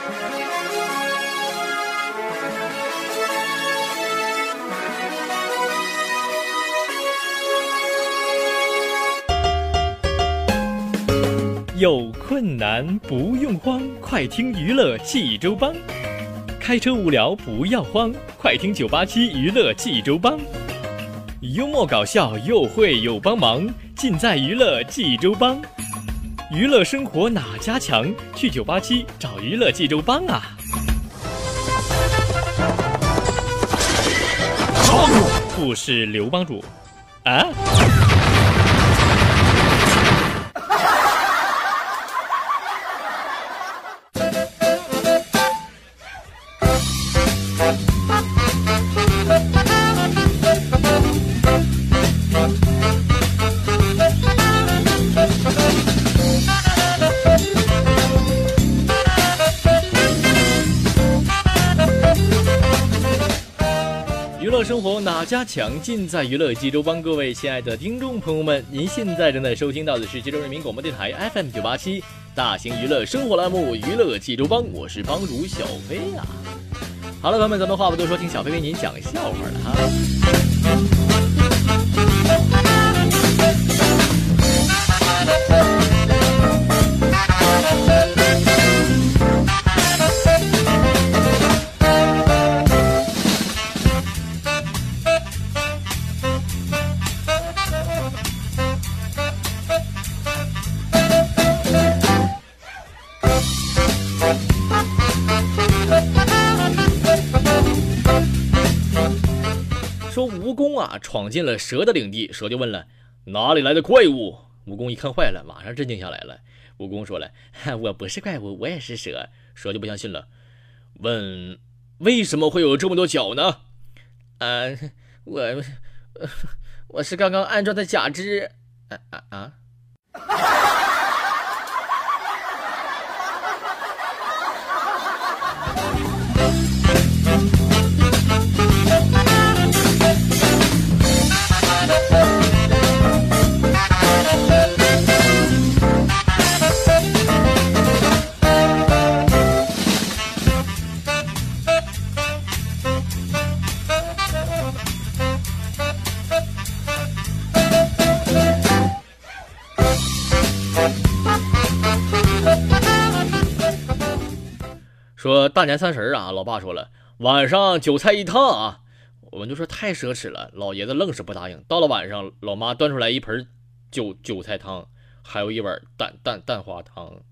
有困难不用慌，快听娱乐济州帮。开车无聊不要慌，快听987娱乐济州帮。幽默搞笑又会有帮忙，尽在娱乐济州帮。娱乐生活哪家强？去987找娱乐济州帮啊！不是刘帮主啊。生活哪家强？尽在娱乐济州帮。各位亲爱的听众朋友们，您现在正在收听到的是济州人民广播电台 FM 987大型娱乐生活栏目《娱乐济州帮》，我是帮主小飞啊。好了，朋友们，咱们话不多说，听小飞为您讲笑话了哈。说蜈蚣啊闯进了蛇的领地，蛇就问了：哪里来的怪物？蜈蚣一看坏了，马上镇静下来了。蜈蚣说了：我不是怪物，我也是蛇。蛇就不相信了，问：为什么会有这么多脚呢？我是刚刚安装的假肢。说大年30啊，老爸说了晚上韭菜一汤啊，我们就说太奢侈了，老爷子愣是不答应。到了晚上，老妈端出来一盆韭菜汤，还有一碗蛋花汤。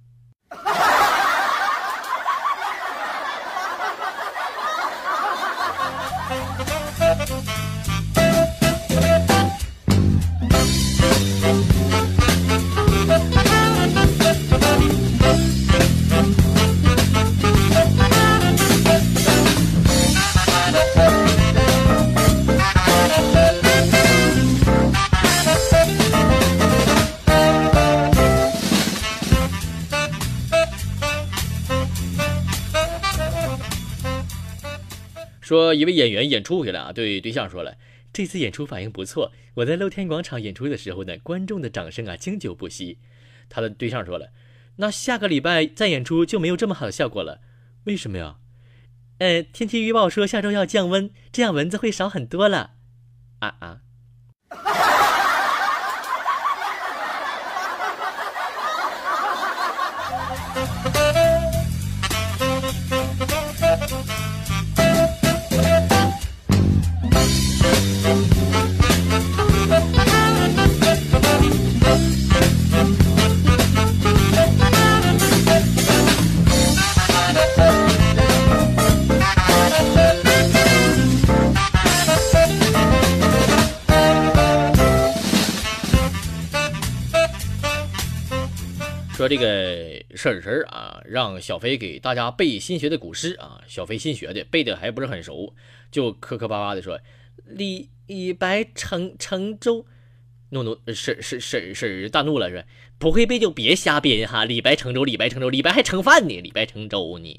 说一位演员演出回来啊，对对象说了，这次演出反应不错，我在露天广场演出的时候呢，观众的掌声啊经久不息。他的对象说了，那下个礼拜再演出就没有这么好的效果了，为什么呀？天气预报说下周要降温，这样蚊子会少很多了。说这个婶婶啊，让小飞给大家背新学的古诗啊，小飞新学的，背的还不是很熟，就磕磕巴巴的说：“李白乘舟。”婶大怒了，说：“不会背就别瞎编哈！李白乘舟，李白还盛饭呢，李白乘舟呢。”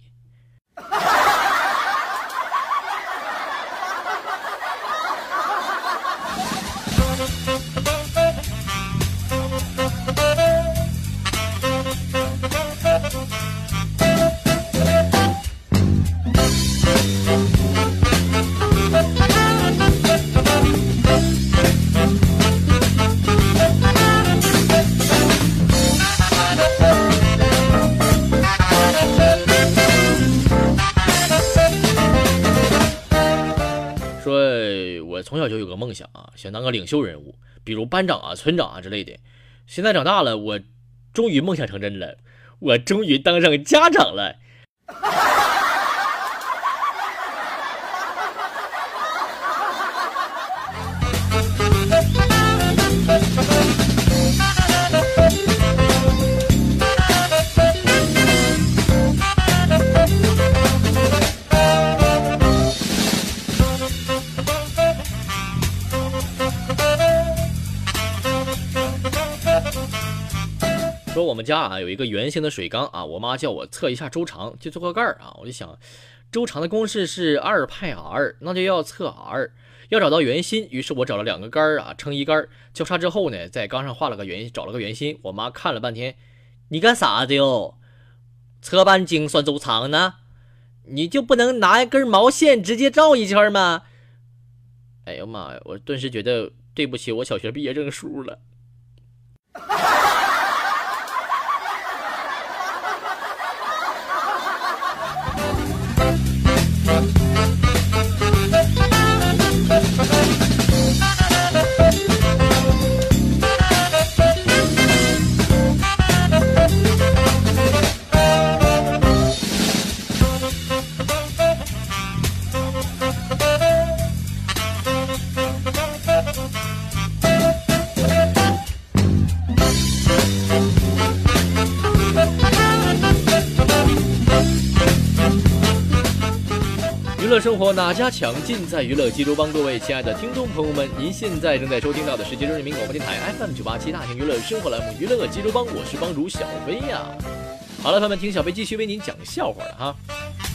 从小就有个梦想啊，想当个领袖人物，比如班长啊、村长啊之类的。现在长大了，我终于梦想成真了，我终于当上家长了。说我们家啊有一个圆形的水缸啊，我妈叫我测一下周长，就做个盖儿啊。我就想，周长的公式是2派 r， 那就要测 r， 要找到圆心。于是我找了2个杆儿啊，撑一杆，交叉之后呢，在缸上画了个圆，找了个圆心。我妈看了半天，你干啥的哟？测半径算周长呢？你就不能拿一根毛线直接照一圈吗？哎呦妈呀！我顿时觉得对不起我小学毕业证书了。娱乐生活哪家强，尽在娱乐济州帮。各位亲爱的听众朋友们，您现在正在收听到的是济州人民广播电台 FM987大型娱乐生活栏目《娱乐济州帮》，我是帮主小薇呀。好了，朋友们，听小薇继续为您讲笑话了哈。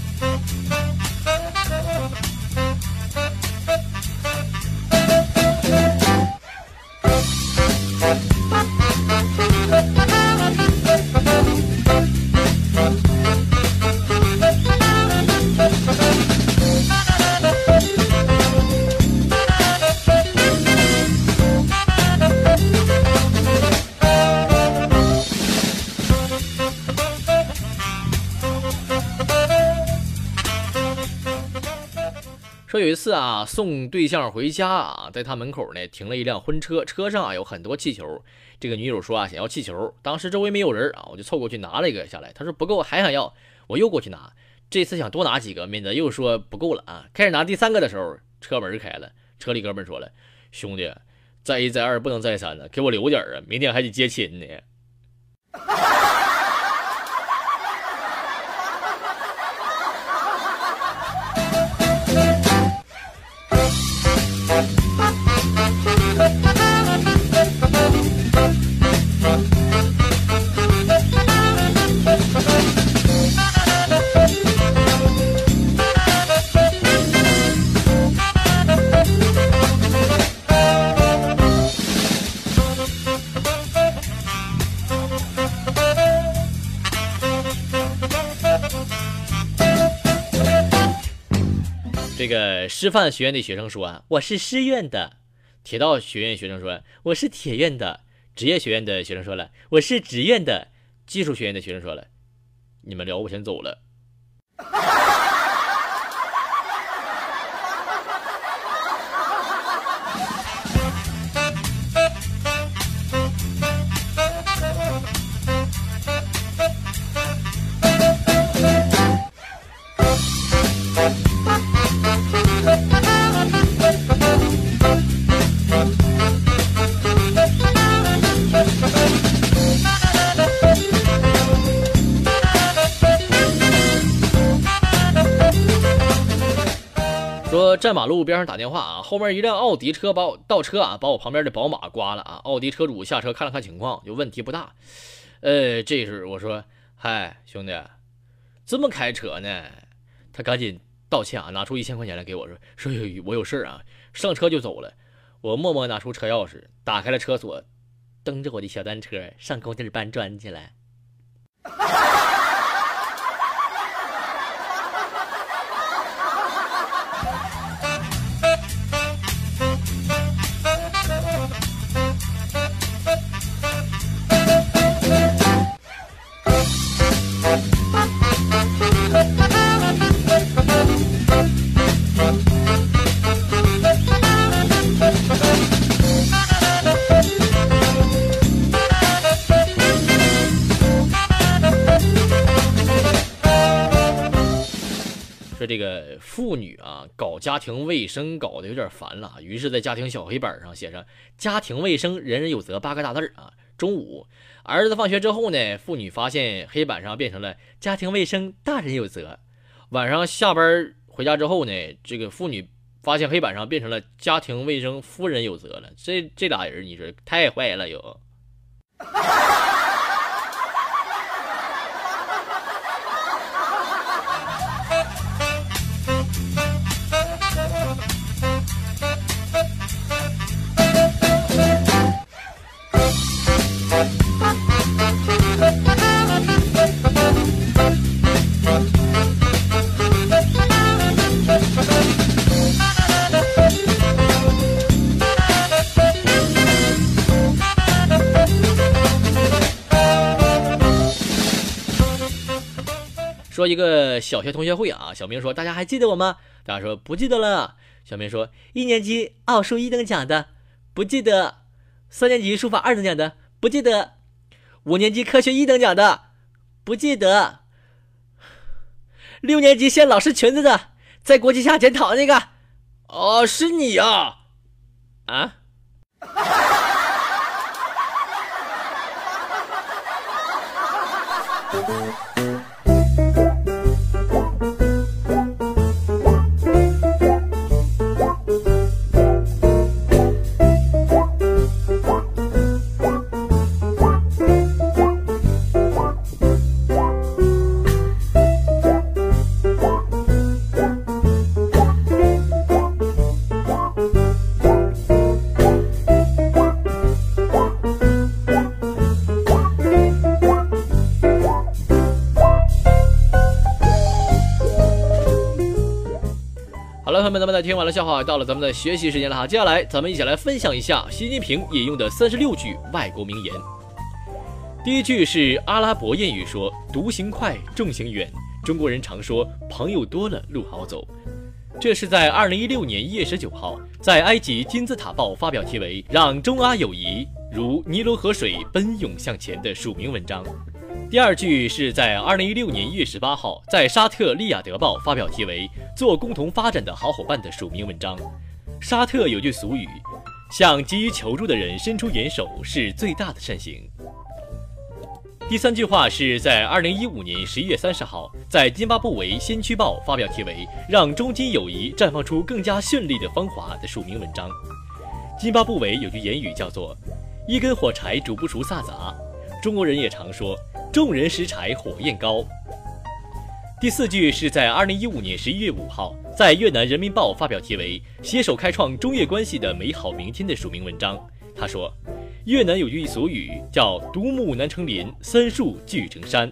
说有一次啊，送对象回家啊，在他门口呢停了一辆婚车，车上啊有很多气球。这个女友说啊想要气球，当时周围没有人啊，我就凑过去拿了一个下来。她说不够，还想要，我又过去拿，这次想多拿几个，免得又说不够了啊。开始拿第3个的时候，车门开了，车里哥们说了：“兄弟，再1再2不能再3了，给我留点啊，明天还得接亲呢。”这个师范学院的学生说我是师院的，铁道学院学生说我是铁院的，职业学院的学生说了我是职院的，技术学院的学生说了你们聊我先走了。说站马路边上打电话啊，后面一辆奥迪车倒车啊，把我旁边的宝马刮了啊。奥迪车主下车看了看情况，就问题不大。这时我说：“嗨，兄弟，这么开车呢？”他赶紧道歉啊，拿出1000块钱来给我说我有事啊，上车就走了。我默默拿出车钥匙，打开了车锁，蹬着我的小单车上工地搬砖去了。 说这个妇女啊搞家庭卫生搞得有点烦了，于是在家庭小黑板上写上家庭卫生人人有责8个大字啊。中午儿子放学之后呢，妇女发现黑板上变成了家庭卫生大人有责。晚上下班回家之后呢，这个妇女发现黑板上变成了家庭卫生夫人有责了。这俩人你说太坏了又。说一个小学同学会啊，小明说大家还记得我吗？大家说不记得了。小明说1年级奥数1等奖的不记得，3年级书法2等奖的不记得，5年级科学1等奖的不记得，6年级掀老师裙子的在国旗下检讨那个哦，是你呀啊。好了，朋友们，咱们在听完了笑话，到了咱们的学习时间了哈。接下来咱们一起来分享一下习近平引用的36句外国名言。第一句是阿拉伯谚语说独行快，众行远。中国人常说朋友多了路好走。这是在2016年1月19号，在埃及金字塔报发表题为“让中阿友谊如尼罗河水奔涌向前”的署名文章。第二句是在2016年1月18号，在沙特利雅得报发表题为“做共同发展的好伙伴”的署名文章。沙特有句俗语，向急于求助的人伸出援手是最大的善行。第三句话是在2015年11月30号，在津巴布韦先驱报发表题为“让中津友谊绽放出更加绚丽的芳华”的署名文章。津巴布韦有句言语叫做“一根火柴煮不出萨杂”，中国人也常说众人拾柴火焰高。第四句是在2015年11月5号，在越南人民报发表题为“携手开创中越关系的美好明天”的署名文章。他说，越南有句俗语叫“独木难成林，3树俱成山”。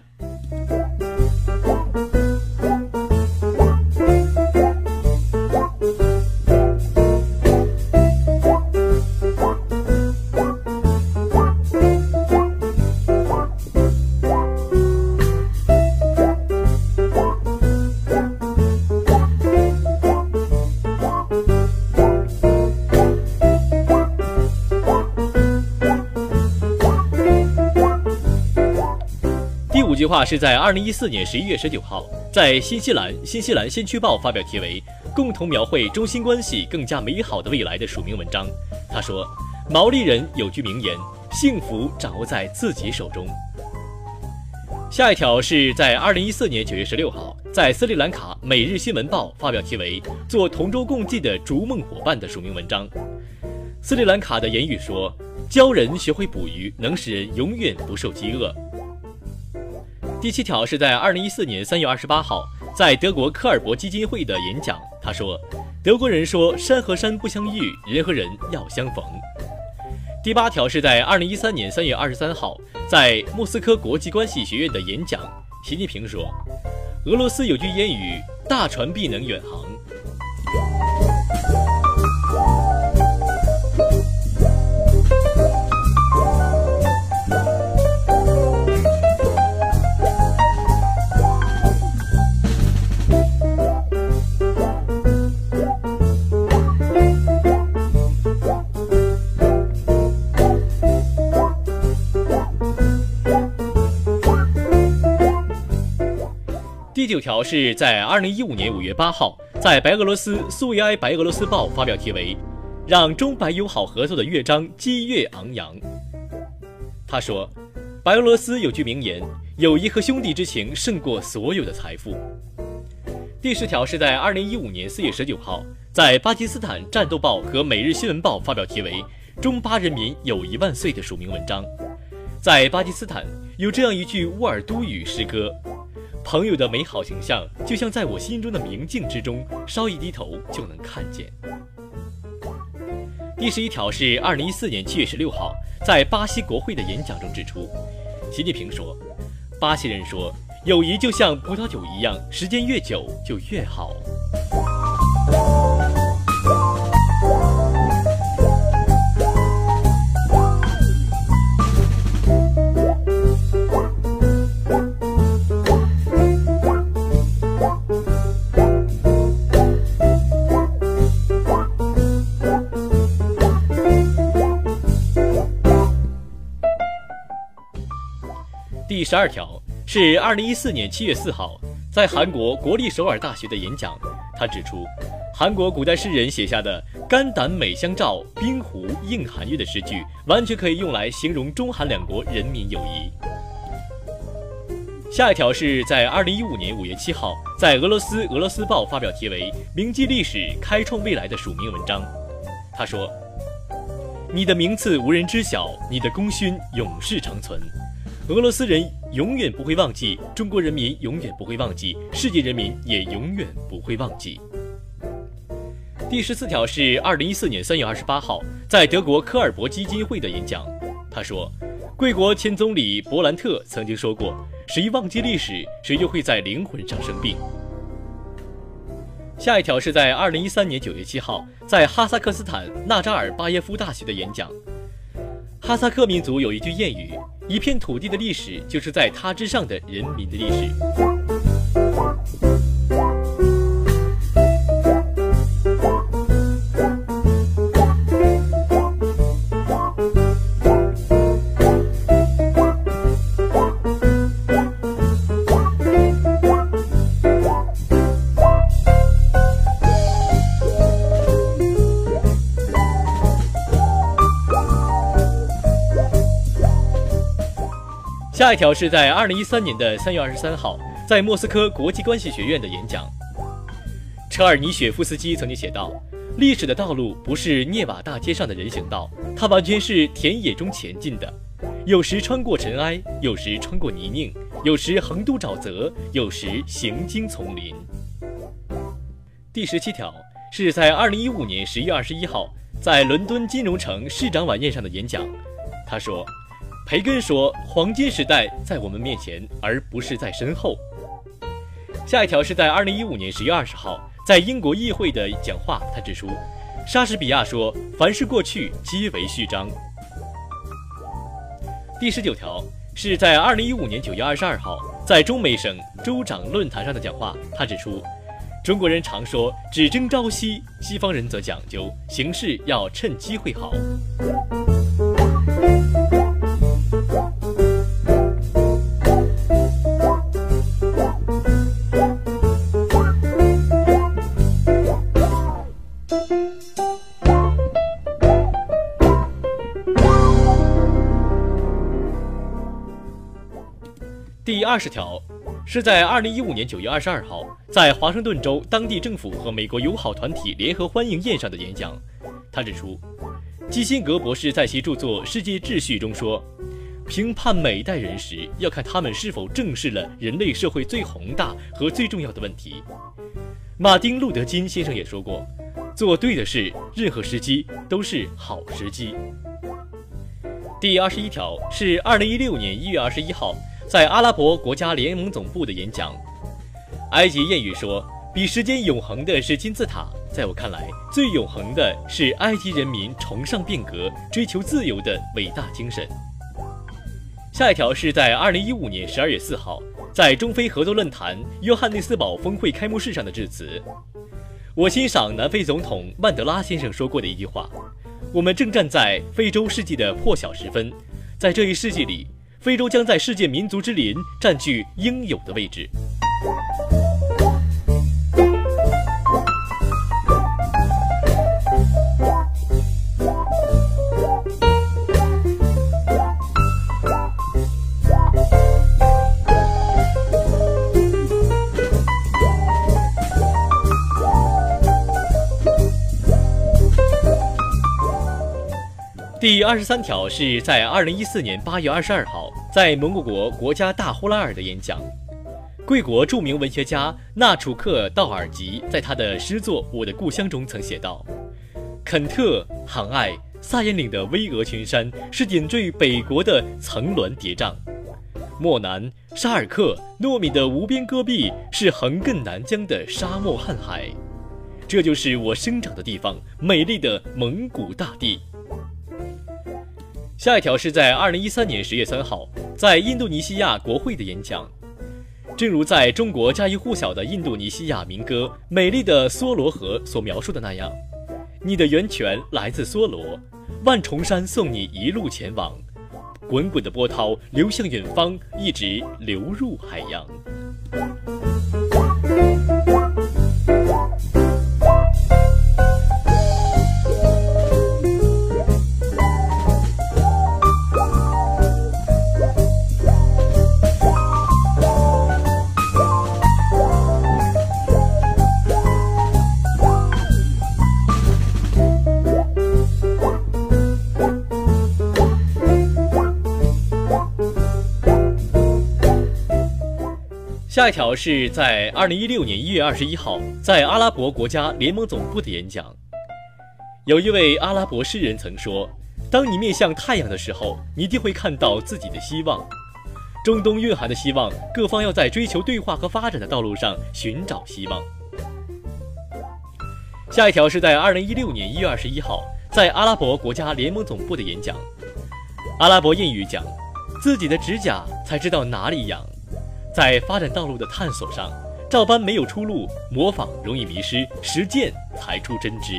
第五句话是在2014年11月19号，在新西兰先驱报发表题为“共同描绘中新关系更加美好的未来”的署名文章。他说，毛利人有句名言，幸福掌握在自己手中。下一条是在2014年9月16号，在斯里兰卡每日新闻报发表题为“做同舟共济的逐梦伙伴”的署名文章。斯里兰卡的言语说，教人学会捕鱼能使人永远不受饥饿。第七条是在2014年3月28号，在德国科尔伯基金会的演讲，他说，德国人说山和山不相遇，人和人要相逢。第八条是在2013年3月23号，在莫斯科国际关系学院的演讲，习近平说，俄罗斯有句谚语，大船必能远航。 第9条是在2015年5月8号，在白俄罗斯苏维埃白俄罗斯报发表题为“让中白友好合作的乐章激越昂扬”。他说，白俄罗斯有句名言，友谊和兄弟之情胜过所有的财富。第10条是在2015年4月19号，在巴基斯坦战斗报和每日新闻报发表题为“中巴人民友谊万岁”的署名文章。在巴基斯坦有这样一句乌尔都语诗歌，朋友的美好形象就像在我心中的明镜之中，稍一低头就能看见。第11条是2014年7月16号，在巴西国会的演讲中指出，习近平说，巴西人说，友谊就像葡萄酒一样，时间越久就越好。第12条是2014年7月4号，在韩国国立首尔大学的演讲，他指出，韩国古代诗人写下的“肝胆美相照，冰湖映寒月”的诗句，完全可以用来形容中韩两国人民友谊。下一条是在2015年5月7号，在俄罗斯报发表题为“铭记历史，开创未来”的署名文章。他说，你的名次无人知晓，你的功勋永世长存。俄罗斯人永远不会忘记，中国人民永远不会忘记，世界人民也永远不会忘记。第14条是2014年3月28号，在德国科尔伯基金会的演讲。他说，贵国前总理勃兰特曾经说过，谁忘记历史，谁就会在灵魂上生病。下一条是在2013年9月7号，在哈萨克斯坦纳扎尔巴耶夫大学的演讲。哈萨克民族有一句谚语，一片土地的历史就是在它之上的人民的历史。下一条是在2013年的3月23号，在莫斯科国际关系学院的演讲。车尔尼雪夫斯基曾经写道，历史的道路不是涅瓦大街上的人行道，它完全是田野中前进的，有时穿过尘埃，有时穿过泥泞，有时横渡沼泽，有时行经丛林。第17条是在2015年11月21号，在伦敦金融城市长晚宴上的演讲。他说，培根说，黄金时代在我们面前，而不是在身后。下一条是在2015年10月20号，在英国议会的讲话，他指出，莎士比亚说，凡是过去，皆为序章。第19条是在2015年9月22号，在中美省州长论坛上的讲话，他指出，中国人常说只争朝夕，西方人则讲究行事要趁机会好。第20条是在2015年9月22号，在华盛顿州当地政府和美国友好团体联合欢迎宴上的演讲。他指出，基辛格博士在其著作《世界秩序》中说，评判每一代人时，要看他们是否正视了人类社会最宏大和最重要的问题。马丁·路德·金先生也说过，做对的事，任何时机都是好时机。第21条是2016年1月21号，在阿拉伯国家联盟总部的演讲。埃及谚语说，比时间永恒的是金字塔，在我看来，最永恒的是埃及人民崇尚变革、追求自由的伟大精神。下一条是在2015年12月4号，在中非合作论坛约翰内斯堡峰会开幕式上的致辞。我欣赏南非总统曼德拉先生说过的一句话，我们正站在非洲世纪的破晓时分，在这一世纪里，非洲将在世界民族之林占据应有的位置。 第23条是在2014年8月22号在蒙古国国家大呼拉尔的演讲。贵国著名文学家纳楚克·道尔吉在他的诗作《我的故乡》中曾写道：肯特、杭爱、萨彦岭的巍峨群山是点缀北国的层峦叠嶂，漠南、沙尔克、诺米的无边戈壁是横亘南疆的沙漠瀚海，这就是我生长的地方，美丽的蒙古大地。下一条是在2013年10月3号在印度尼西亚国会的演讲。正如在中国家喻户晓的印度尼西亚民歌《美丽的梭罗河》所描述的那样，你的源泉来自梭罗，万重山送你一路前往，滚滚的波涛流向远方，一直流入海洋。下一条是在2016年1月21号在阿拉伯国家联盟总部的演讲。有一位阿拉伯诗人曾说，当你面向太阳的时候，你一定会看到自己的希望。中东蕴含的希望，各方要在追求对话和发展的道路上寻找希望。下一条是在2016年1月21号在阿拉伯国家联盟总部的演讲。阿拉伯谚语讲，自己的指甲才知道哪里痒。在发展道路的探索上，照搬没有出路，模仿容易迷失，实践才出真知。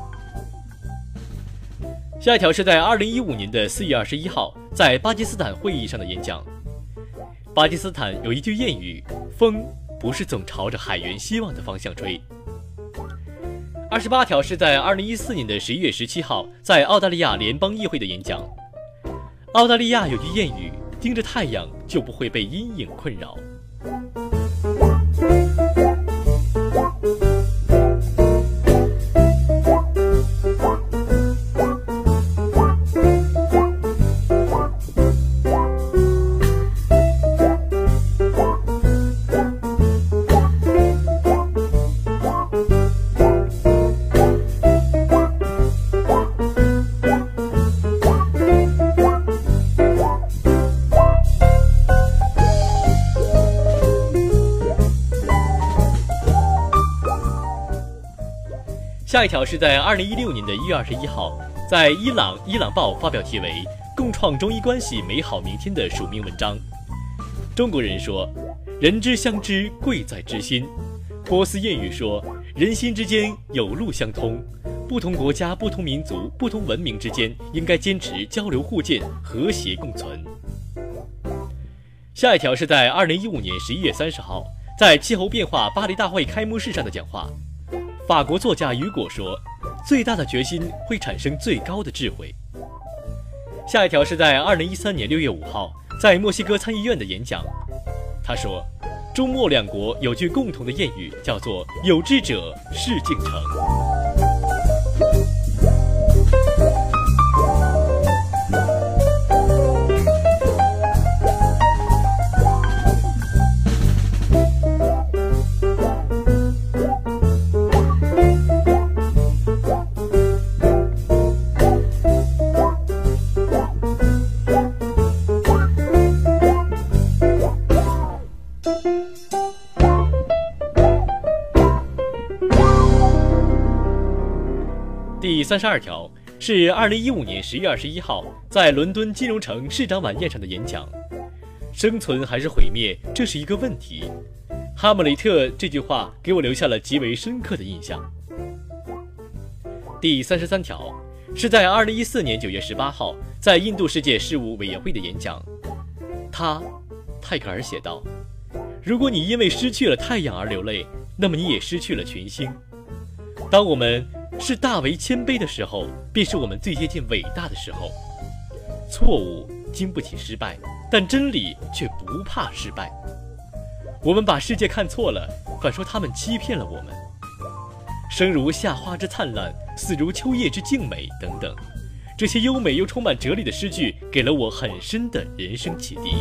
下一条是在2015年的4月21号在巴基斯坦会议上的演讲。巴基斯坦有一句谚语，风不是总朝着海员希望的方向吹。28条是在2014年的11月17号在澳大利亚联邦议会的演讲。澳大利亚有句谚语，盯着太阳就不会被阴影困扰。下一条是在2016年的1月21号在伊朗报发表题为《共创中伊关系美好明天》的署名文章。中国人说，人之相知，贵在知心。波斯谚语说，人心之间有路相通。不同国家、不同民族、不同文明之间应该坚持交流互鉴，和谐共存。下一条是在2015年11月30号在气候变化巴黎大会开幕式上的讲话。法国作家雨果说，最大的决心会产生最高的智慧。下一条是在2013年6月5号在墨西哥参议院的演讲。他说，中墨两国有句共同的谚语，叫做有志者事竟成。第32条是2015年10月21号在伦敦金融城市长晚宴上的演讲。生存还是毁灭，这是一个问题。哈姆雷特这句话给我留下了极为深刻的印象。第33条是在2014年9月18号在印度世界事务委员会的演讲。泰戈尔写道， 如果你因为失去了太阳而流泪，那么你也失去了群星。当我们是大为谦卑的时候，便是我们最接近伟大的时候。错误经不起失败，但真理却不怕失败。我们把世界看错了，反说他们欺骗了我们。生如夏花之灿烂，死如秋叶之静美等等，这些优美又充满哲理的诗句给了我很深的人生启迪。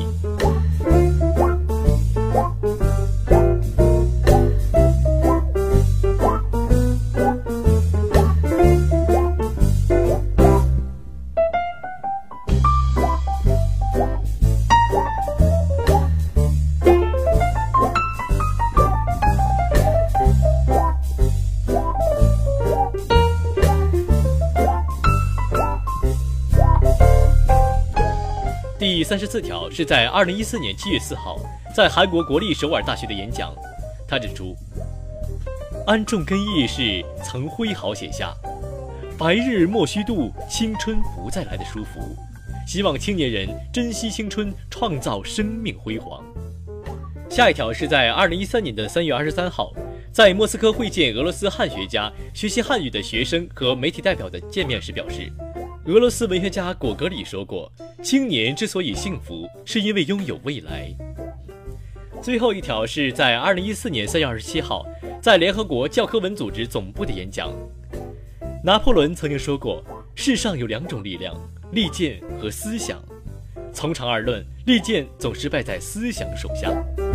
第34条是在2014年7月4号，在韩国国立首尔大学的演讲。他指出，安种根义是曾挥毫写下白日莫须度，青春不再来的舒服，希望青年人珍惜青春，创造生命辉煌。下一条是在2013年的3月23号，在莫斯科会见俄罗斯汉学家、学习汉语的学生和媒体代表的见面时表示，俄罗斯文学家果戈里说过，青年之所以幸福，是因为拥有未来。最后一条是在2014年3月27号，在联合国教科文组织总部的演讲。拿破仑曾经说过，世上有2种力量，利剑和思想。从长而论，利剑总是败在思想手下。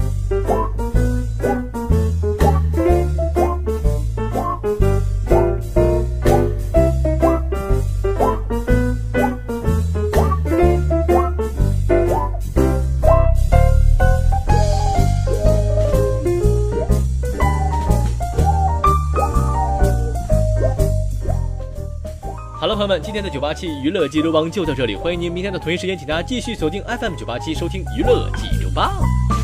好了，朋友们，今天的987娱乐济州帮就到这里，欢迎您明天的同一时间，请大家继续锁定 FM 987收听娱乐济州帮。